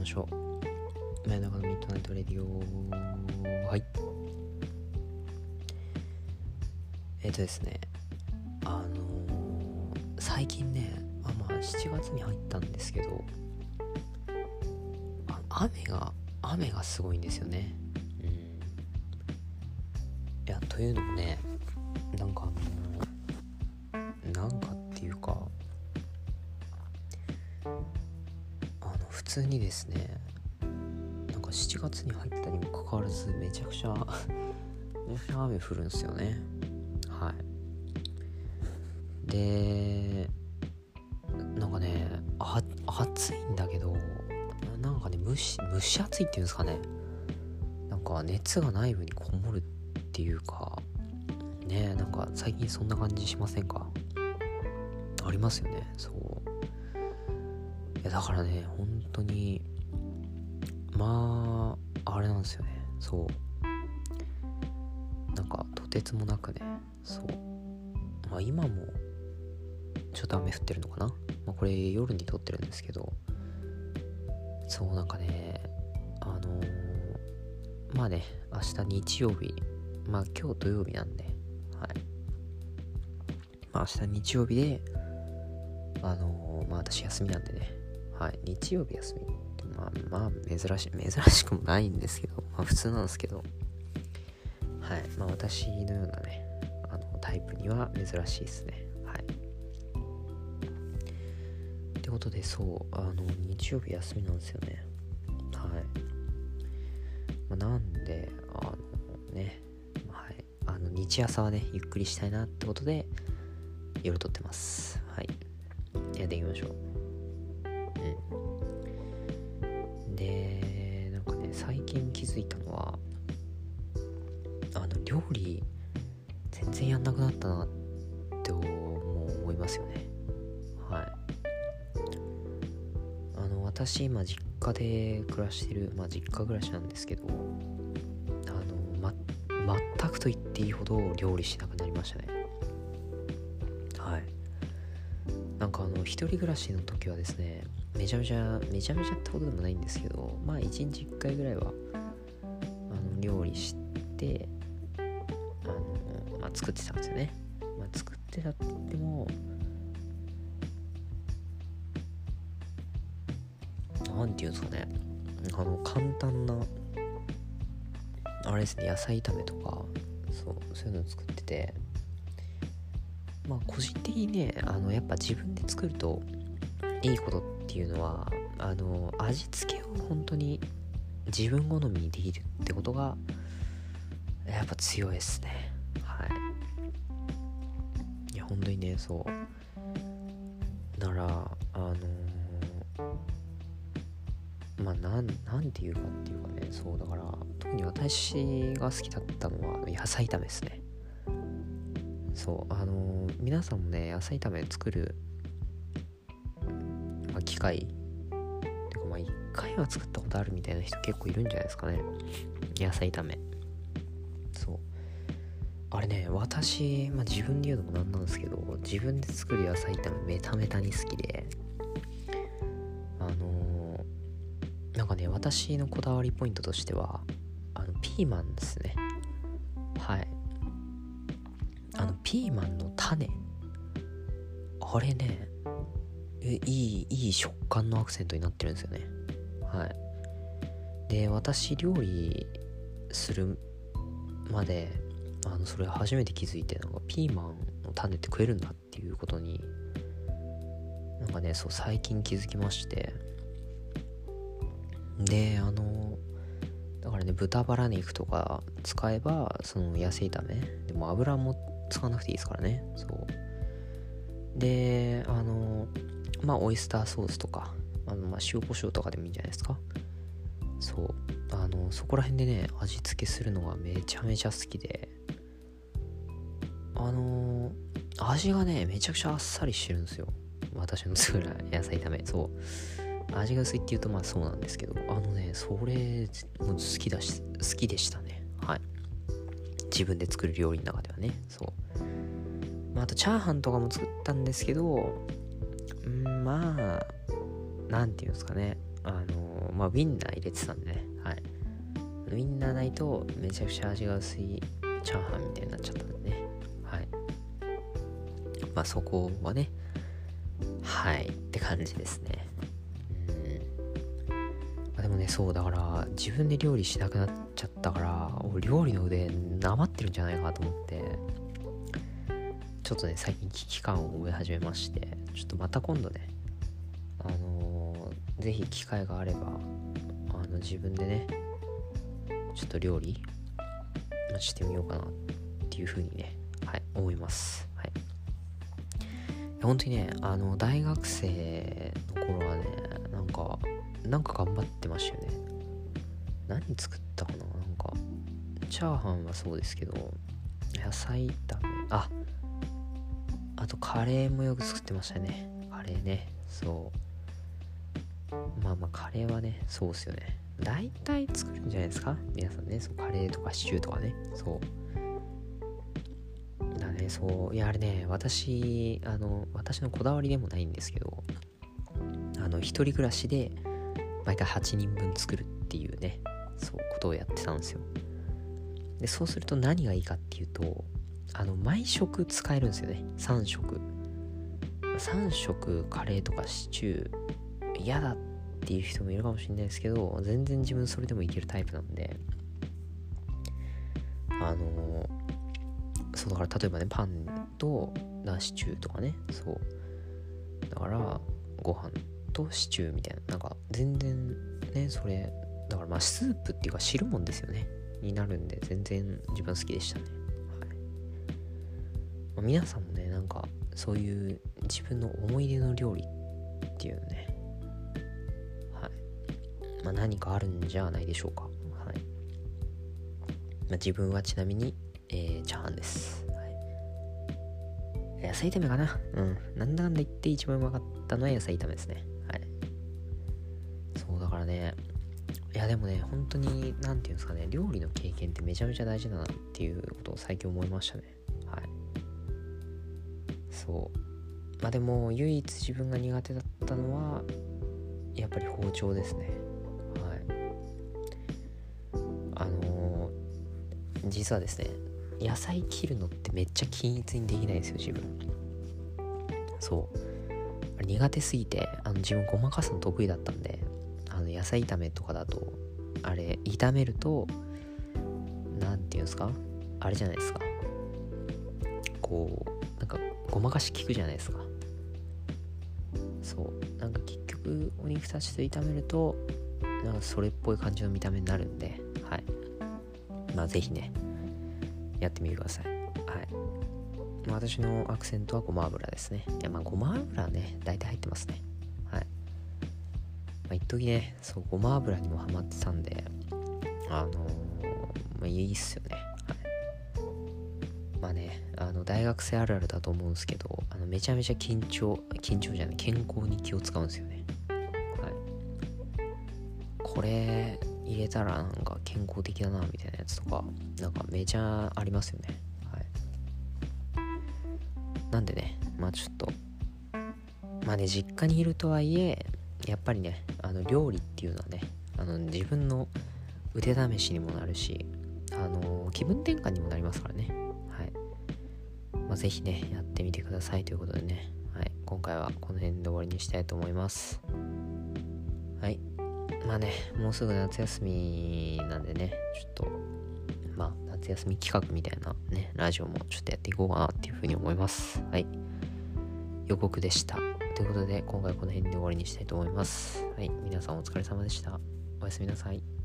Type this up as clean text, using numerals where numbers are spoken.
ましょう。真夜中のミッドナイトレディオ。はい。ですね、最近ね、7月に入ったんですけど、雨がすごいんですよね。いや、というのもね、なんかっていうか、普通にですね、7月に入ったにもかかわらずめちゃくちゃ雨降るんですよね。はい。で、暑いんだけど、蒸し暑いっていうんですかね。熱が内部にこもるっていうかね、最近そんな感じしませんか？ありますよね。そう。いやだからね、本当にあれなんですよね。そう。とてつもなくね、そう。今もちょっと雨降ってるのかな。これ夜に撮ってるんですけど、そう明日日曜日、今日土曜日なんで、はい。明日日曜日で、私休みなんでね、はい。日曜日休みって珍しくもないんですけど、普通なんですけど、はい。私のようなね、タイプには珍しいですね。はい。ってことで、日曜日休みなんですよね。はい。なんで、日朝はね、ゆっくりしたいなってことで、夜撮ってます。はい。やっていきましょう。で、最近気づいたのは、料理、全然やんなくなったなって思いますよね。はい。私今実家で暮らしてる、実家暮らしなんですけど、全くと言っていいほど料理しなくなりましたね。はい。一人暮らしの時はですね、めちゃめちゃってことでもないんですけど、1日1回ぐらいは料理して作ってたんですよね。作ってたって言っても、なんていうんですかね、簡単なあれですね、野菜炒めとかそういうの作ってて、個人的にね、やっぱ自分で作るといいことっていうのは、味付けを本当に自分好みにできるってことがやっぱ強いですね。はい。いや本当にね、そうだからなんていうかっていうかね、そうだから特に私が好きだったのは野菜炒めですね。そう皆さんもね、野菜炒め作る、機会っていうか、一回は作ったことあるみたいな人結構いるんじゃないですかね、野菜炒め。そうあれね、私、自分で言うのもなんなんですけど、自分で作る野菜炒めめためたに好きで、私のこだわりポイントとしてはピーマンですね。はい。ピーマンの種、あれね、いい食感のアクセントになってるんですよね。はい。で、私料理するまでそれ初めて気づいて、ピーマンの種って食えるんだっていうことに最近気づきまして、でだからね、豚バラ肉とか使えばその野菜炒めでも油も使わなくていいですからね。そうでオイスターソースとか塩コショウとかでもいいんじゃないですか。そうそこら辺でね、味付けするのがめちゃめちゃ好きで、味がねめちゃくちゃあっさりしてるんですよ、私の作る野菜炒め。そう味が薄いっていうとそうなんですけど、それも好きでしたね。はい。自分で作る料理の中ではね。そうあとチャーハンとかも作ったんですけど、なんていうんですかね、 ウィンナー入れてたんでね、はい。ウィンナーないとめちゃくちゃ味が薄いチャーハンみたいになっちゃったんでね、はい。そこはね、はいって感じですね。でもね、そうだから自分で料理しなくなっちゃったから、料理の腕なまってるんじゃないかと思って、ちょっとね最近危機感を覚え始めまして、ちょっとまた今度ね、ぜひ機会があれば自分でねちょっと料理してみようかなっていう風にね、はい、思います。はい。本当にね、大学生の頃はね、なんか頑張ってましたよね。何作ったかな、チャーハンはそうですけど、野菜炒め、あとカレーもよく作ってましたね。カレーね、そう。カレーはね、そうっすよね。大体作るんじゃないですか皆さんね。そう、カレーとかシチューとかね、そうだね。そう、いやあれね、私のこだわりでもないんですけど、一人暮らしで毎回8人分作るっていうね、そうことをやってたんですよ。でそうすると何がいいかっていうと、毎食使えるんですよね。3食カレーとかシチュー嫌だっていう人もいるかもしれないですけど、全然自分それでもいけるタイプなんで、そうだから例えばね、パンとシチューとかね、そうだからご飯とシチューみたいな、全然ね、それだからスープっていうか汁物ですよねになるんで、全然自分好きでしたね。はい。皆さんもね、そういう自分の思い出の料理っていうのね、はい、何かあるんじゃないでしょうか。はい。自分はちなみに、チャーハンです。はい。野菜炒めかな。なんだかんだ言って一番うまかったのは野菜炒めですね。はい。そうだからね、いやでもね、本当になんていうんですかね、料理の経験ってめちゃめちゃ大事だなっていうことを最近思いましたね。はい。そう。でも唯一自分が苦手だったのはやっぱり包丁ですね。はい。実はですね、野菜切るのってめっちゃ均一にできないんですよ、自分。そう。苦手すぎて、自分ごまかすの得意だったんで、野菜炒めとかだと、炒めると、なんていうんですか、あれじゃないですか。ごまかし効くじゃないですか。そう。結局、お肉たちと炒めると、それっぽい感じの見た目になるんで、はい。ぜひね、やってみてください。はい。私のアクセントはごま油ですね。いや、ごま油はね、大体入ってますね。はい。一時ね、そう、ごま油にもハマってたんで、いいっすよね。はい。大学生あるあるだと思うんですけど、めちゃめちゃ健康に気を使うんですよね。はい。これ入れたら健康的だなみたいなやつとかめちゃありますよね。はい。なんでね、ちょっと実家にいるとはいえ、やっぱりね、料理っていうのはね、自分の腕試しにもなるし、気分転換にもなりますからね。はい。ぜひね、やってみてくださいということでね、はい。今回はこの辺で終わりにしたいと思います。はい。もうすぐ夏休みなんでね、ちょっと夏休み企画みたいなね、ラジオもちょっとやっていこうかなっていうふうに思います。はい。予告でした。ということで、今回この辺で終わりにしたいと思います。はい。皆さんお疲れ様でした。おやすみなさい。